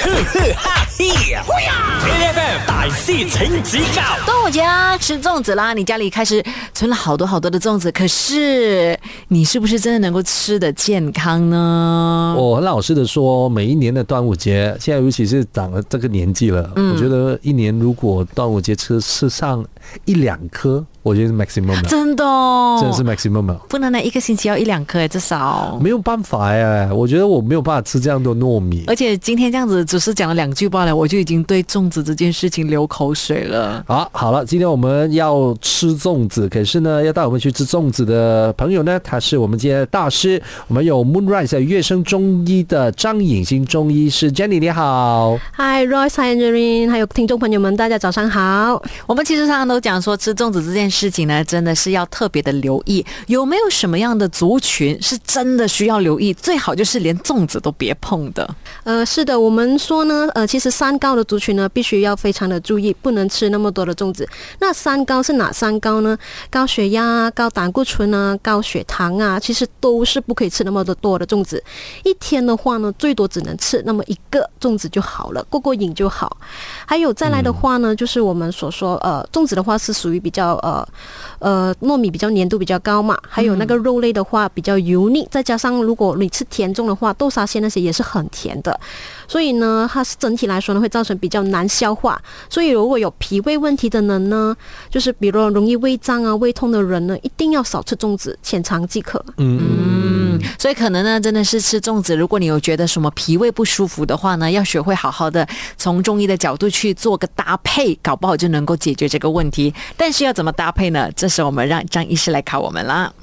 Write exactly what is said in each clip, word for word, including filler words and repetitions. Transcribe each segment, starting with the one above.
呵呵哈嘿呀 ，A F M 大師請指教。 端午節啊，吃粽子啦！你家裡開始存了好多好多的粽子，可是你是不是真的能夠吃得健康呢？ 我很老實的說，每一年的端午節，現在尤其是長了這個年紀了，嗯、我覺得一年如果端午節吃吃上一兩顆，我覺得是 maximum 了。 真的哦， 真的是 maximum 了。 不能呢，一個星期要一兩顆，至少沒有辦法哎，我覺得我沒有辦法吃這樣多糯米。 而且今天這樣子只是講了兩句罷了，我就已經對粽子這件事情流口水了。 好，好了，今天我們要吃粽子，可是呢，要帶我們去吃粽子的朋友呢，他是我們今天的大師。我們有 Moonrise 樂生中醫的張穎欣中醫師 Jenny， 你好。 Hi Royce，Hi Angeline， 還有聽眾朋友們，大家早上好。 我們其實常常都講說，吃粽子這件事情呢，真的是要特別的留意。有沒有什麼樣的族群是真的需要留意？最好就是連粽子都別碰的。 呃，是的，我們說呢，呃，其實三高的族群呢，必須要非常的注意，不能吃那麼多的粽子。那三高是哪三高呢？高血壓、高膽固醇啊、高血糖啊，其實都是不可以吃那麼多的粽子。一天的話呢，最多只能吃那麼一個粽子就好了，過過癮就好。還有再來的話呢，就是我們所說，呃，粽子的話是屬於比較呃呃糯米比較粘度比較高嘛，還有那個肉類的話比較油膩，再加上如果你吃甜粽的話，豆沙餡那些也是很甜的，所以呢，它是整體來說呢會造成比較難消化。所以如果有脾胃問題的人呢，就是比如容易胃脹啊、胃痛的人呢，一定要少吃粽子，淺嘗即可。 嗯嗯，所以可能呢，真的是吃粽子，如果你有覺得什麼脾胃不舒服的話呢，要學會好好的從中醫的角度去做個搭配，搞不好就能夠解決這個問題。但是要怎麼搭配呢？這時候我們讓張醫師來考我們啦。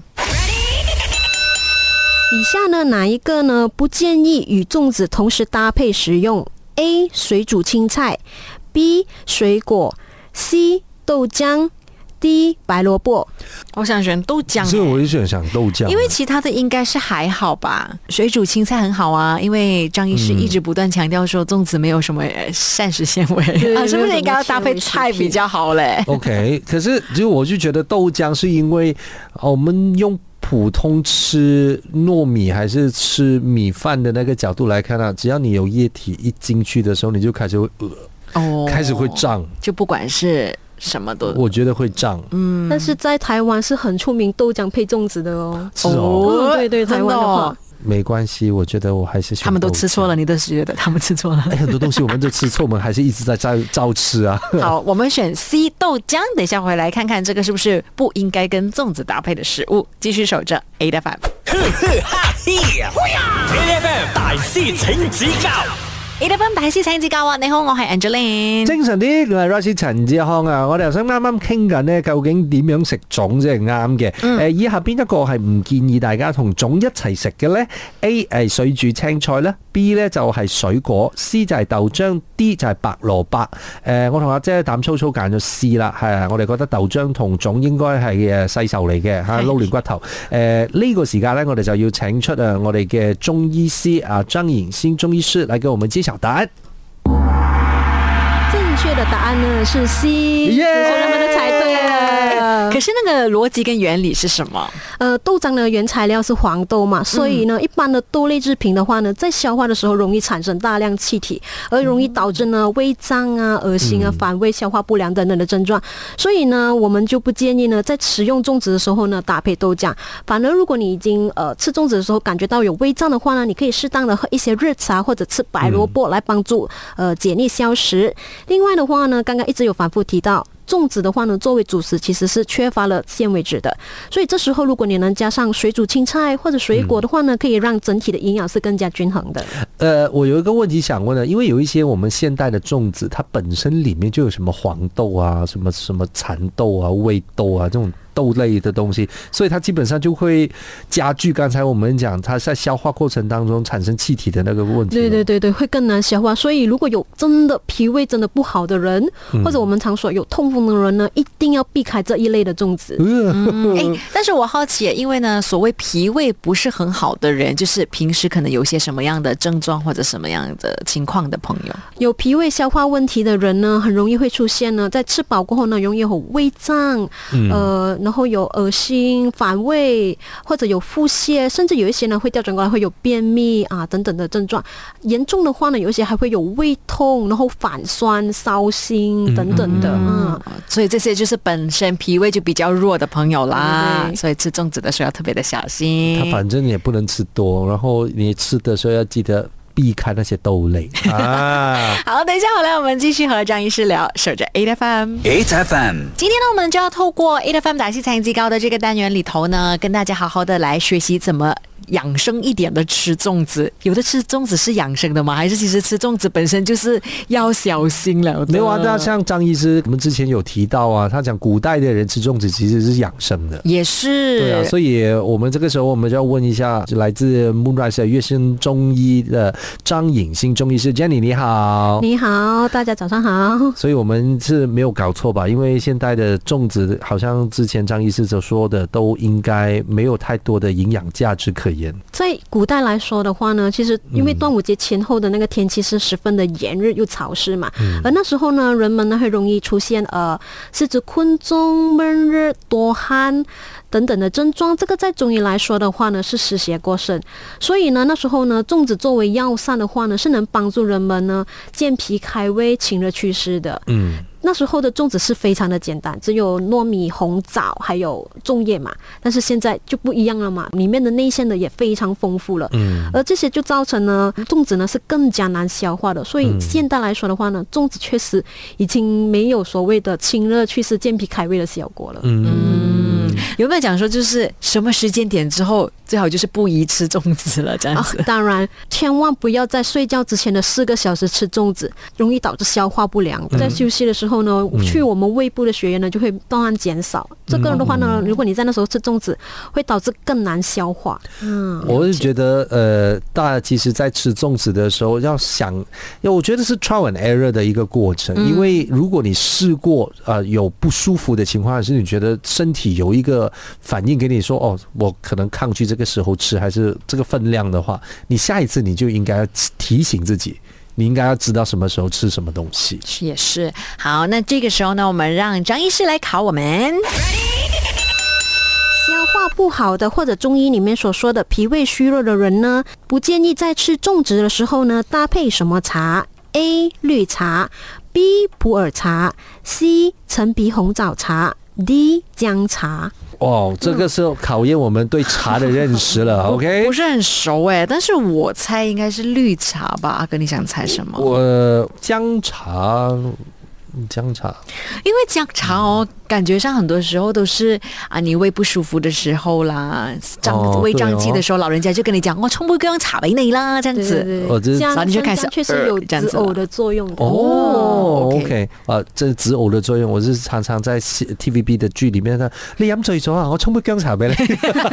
以下呢，哪一個呢不建議與粽子同時搭配食用 ？A. 水煮青菜 B. 水果 C. 豆漿 D. 白蘿蔔。 我想選豆漿， 所以我就想想豆漿， 因為其他的應該是還好吧。水煮青菜很好啊，因為張醫師一直不斷強調說粽子沒有什麼膳食纖維、嗯啊、是不是應該要搭配菜比較好嘞 ？OK， 可是就我就覺得豆漿是因為我們用普通吃糯米還是吃米飯的那個角度來看啊，只要你有液體一進去的時候，你就開始會餓、呃哦，開始會脹， 就不管是什麼都， 我覺得會脹。嗯， 但是在台灣是很出名豆漿配粽子的哦。 是哦， 哦對對，台灣的話。 沒關係，我覺得我還是喜歡。 他們都吃錯了，你都是覺得他們吃錯了。 哎，很多東西我們都吃錯，我們還是一直在照照吃啊。 好，我們選 C 豆漿，等一下回來看看這個是不是不應該跟粽子搭配的食物。繼續守着 A F M。 呵呵哈嘿呀 ，A F M 大師請指教。 A F M 大師請指教啊！你好，我係 Angeline。 精神啲，我係 Royce 陳志康啊！我哋頭先啱啱傾緊呢，究竟點樣食粽先係啱嘅？誒、嗯，以下邊一個係唔建議大家同粽一齊食嘅呢？ A 係水煮青菜啦 ，B 呢就係水果 ，C 就係豆漿 ，D 就係白蘿蔔。誒，我同阿姐膽粗粗揀咗 C 啦，係啊，我哋覺得豆漿同粽應該係誒世仇嚟嘅嚇，撈亂骨頭。誒，呢個時間呢，我哋就要請出啊我哋嘅中醫師啊張穎欣中醫師嚟給我們揭曉答案。 正確的答案呢是 C， 耶、yeah! 所以他們都猜對了。 可是那個邏輯跟原理是什麼？ 呃，豆漿的原材料是黃豆嘛，所以呢，一般的豆類製品的話呢，在消化的時候容易產生大量氣體，而容易導致呢胃脹啊、噁心啊、反胃、消化不良等等的症狀。所以呢，我們就不建議呢，在食用粽子的時候呢，搭配豆漿。反而，如果你已經呃吃粽子的時候感覺到有胃脹的話呢，你可以適當的喝一些熱茶或者吃白蘿蔔來幫助呃解膩消食。另外的話呢，剛剛一直有反覆提到。粽子的話呢，作為主食其實是缺乏了纖維質的，所以這時候如果你能加上水煮青菜或者水果的話呢，可以讓整體的營養是更加均衡的。 呃，我有一個問題想問呢，因為有一些我們現代的粽子，它本身裏面就有什麼黃豆啊、什麼什麼蠶豆啊、味豆啊這種豆類的東西，所以它基本上就會加劇剛才我們講它在消化過程當中產生氣體的那個問題。 對對對對，會更難消化。所以如果有真的脾胃真的不好的人，嗯、或者我們常說有痛風的人呢，一定要避開這一類的粽子。 嗯欸、但是我好奇，因為呢，所謂脾胃不是很好的人，就是平時可能有些什麼樣的症狀或者什麼樣的情況的朋友， 有脾胃消化問題的人呢，很容易會出現呢，在吃飽過後呢，容易有胃脹，嗯、呃。 然后有恶心、反胃，或者有腹泻，甚至有一些呢会调转过来会有便秘啊等等的症状。严重的话呢，有一些还会有胃痛，然后反酸、烧心等等的。嗯， 嗯所以这些就是本身脾胃就比较弱的朋友啦， 对对所以吃粽子的时候要特别的小心。 它反正也不能吃多，然后你吃的时候要记得避开那些豆类啊。 好，等一下回来我们继续和张医师聊，守着 A F M。A F M， 今天呢，我们就要透过 A F M 打气餐机高的这个单元里头呢，跟大家好好的来学习怎么养生一点的吃粽子。有的吃粽子是养生的吗？还是其实吃粽子本身就是要小心了的？ 没有啊，那像张医师，我们之前有提到啊，他讲古代的人吃粽子其实是养生的， 也是。 对啊，所以我们这个时候我们就要问一下，就来自 Moonrise 悦生中医的张颖欣中医师 Jenny， 你好。 你好，大家早上好。 所以我们是没有搞错吧？因为现代的粽子好像之前张医师所说的，都应该没有太多的营养价值可言。 在古代来说的话呢，其实因为端午节前后的那个天气是十分的炎热又潮湿嘛，嗯、而那时候呢，人们呢会容易出现呃四肢困重、闷热、多汗等等的症状。这个在中医来说的话呢，是湿邪过盛，所以呢，那时候呢，粽子作为药膳的话呢，是能帮助人们呢健脾开胃、清热祛湿的。嗯。那时候的粽子是非常的简单，只有糯米、红枣还有粽叶嘛，但是现在就不一样了嘛，里面的内馅呢也非常丰富了，嗯，而这些就造成呢粽子呢是更加难消化的，所以现在来说的话呢，粽子确实已经没有所谓的清热祛湿、健脾开胃的效果了。 嗯，有没有讲说就是什么时间点之后最好就是不宜吃粽子了这样子？ 啊、当然，千万不要在睡觉之前的四个小时吃粽子，容易导致消化不良。在休息的时候后呢，去我们胃部的血液呢就会慢慢减少。这个的话呢，如果你在那时候吃粽子，会导致更难消化。嗯， 我是觉得，呃，大家其实在吃粽子的时候要想，因为我觉得是 trial and error 的一个过程。嗯、因为如果你试过，呃，有不舒服的情况，还是你觉得身体有一个反应给你说，哦，我可能抗拒这个时候吃，还是这个分量的话，你下一次你就应该要提醒自己。你应该要知道什么时候吃什么东西。 也是。好，那这个时候呢，我们让张医师来考我们。 消化不好的或者中医里面所说的脾胃虚弱的人呢，不建议在吃粽子的时候呢搭配什么茶 ？A. 绿茶 B. 普洱茶 C. 陈皮红枣茶 D. 姜茶。 哦，这个是考验我们对茶的认识了。OK， 不是很熟哎，但是我猜应该是绿茶吧。阿哥，你想猜什么？ 我姜茶。姜茶， 因为姜茶哦，感觉上很多时候都是啊，你胃不舒服的时候啦，胀、哦、胃胀气的时候，老人家就跟你讲，我冲杯姜茶给你啦，这样子， 对对对， 然后你就开始确实有止呕的作用的。 哦 ，OK， 啊，这止呕的作用，我是常常在 T V B 的剧里面呢，你飲醉咗啊，我冲杯姜茶俾你。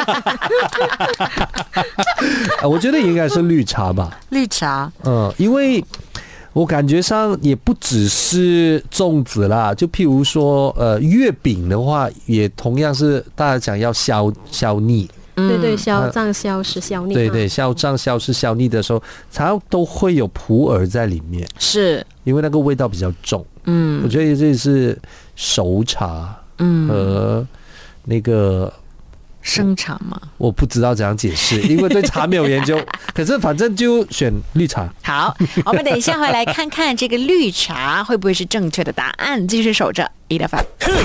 我觉得应该是绿茶吧。 绿茶， 嗯，因为。我感觉上也不只是粽子啦，就譬如说，呃，月饼的话，也同样是大家讲要消消腻。 对对，消胀消食消腻。 对对，消胀消食消腻的时候，常都会有普洱在里面， 是因为那个味道比较重。嗯，我觉得这是熟茶，嗯，和那个。 生茶吗？ 我不知道怎样解释，因为对茶没有研究。可是反正就选绿茶。 好，我们等一下回来看看这个绿茶会不会是正确的答案。继续守着 A F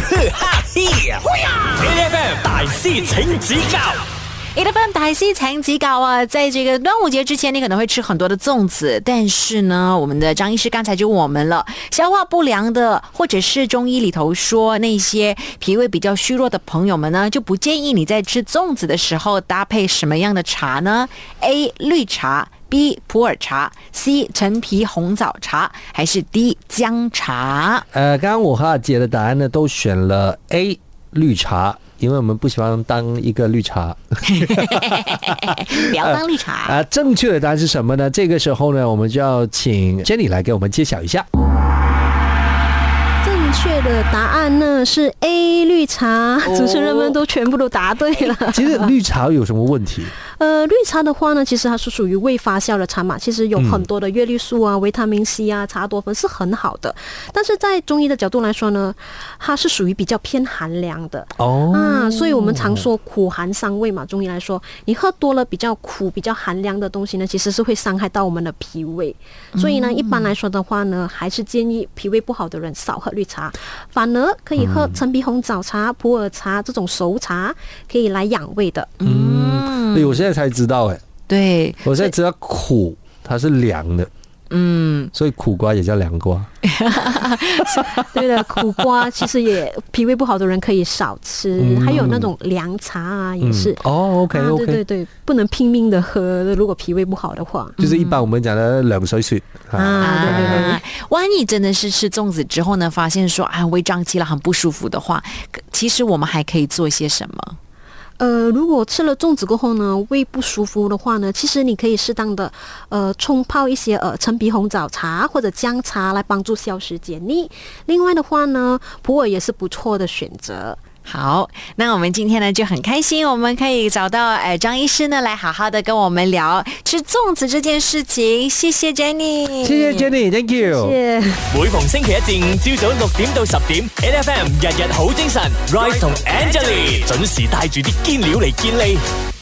M。A F M 大師請指教。A F M 大師請指教啊！在這個端午節之前，你可能會吃很多的粽子，但是呢，我們的張醫師剛才就問我們了，消化不良的，或者是中醫裏頭說那些脾胃比較虛弱的朋友們呢，就不建議你在吃粽子的時候搭配什麼樣的茶呢 ？A. 綠茶 B. 普洱茶 C. 陳皮紅棗茶還是 D. 薑茶？ 呃，剛剛我和阿姐的答案呢，都選了 A. 綠茶。因為我們不喜歡當一個綠茶， 不要當綠茶啊、 呃！正確的答案是什麼呢？這個時候呢，我們就要請 Jenny 來給我們揭曉一下。 正確的答案呢是 A 綠茶，主持人們都全部都答對了。 其實綠茶有什麼問題？ 呃，绿茶的话呢，其实它是属于未发酵的茶嘛，其实有很多的叶绿素啊、维他命 C 啊、茶多酚是很好的。但是在中医的角度来说呢，它是属于比较偏寒凉的哦啊，所以我们常说苦寒伤胃嘛。中医来说，你喝多了比较苦、比较寒凉的东西呢，其实是会伤害到我们的脾胃。所以呢，一般来说的话呢，还是建议脾胃不好的人少喝绿茶，反而可以喝陈皮红枣茶、普洱茶这种熟茶，可以来养胃的。 嗯，我现在才知道哎， 对， 我现在知道苦它是凉的。嗯，所以苦瓜也叫凉瓜。 对的，苦瓜其实也脾胃不好的人可以少吃，嗯、还有那种凉茶啊，也是。 嗯、哦 ，OK OK，、啊、 对对对，不能拼命的喝，如果脾胃不好的话， 就是一般我们讲的凉水水啊。啊，对对对。 万一真的是吃粽子之后呢，发现说啊胃胀气了很不舒服的话，其实我们还可以做些什么？ 呃，如果吃了粽子过后呢，胃不舒服的话呢，其实你可以适当的呃冲泡一些呃陈皮红枣茶或者姜茶来帮助消食解腻。另外的话呢，普洱也是不错的选择。 好，那我们今天呢就很开心，我们可以找到呃张医师呢来好好的跟我们聊吃粽子这件事情。谢谢 Jenny， 谢谢 Jenny，Thank you。 谢謝。 每逢星期一至五朝早六點到十點 ，N F M 日日好精神 ，Rise 同 Angelie 準時帶住啲堅料嚟健利。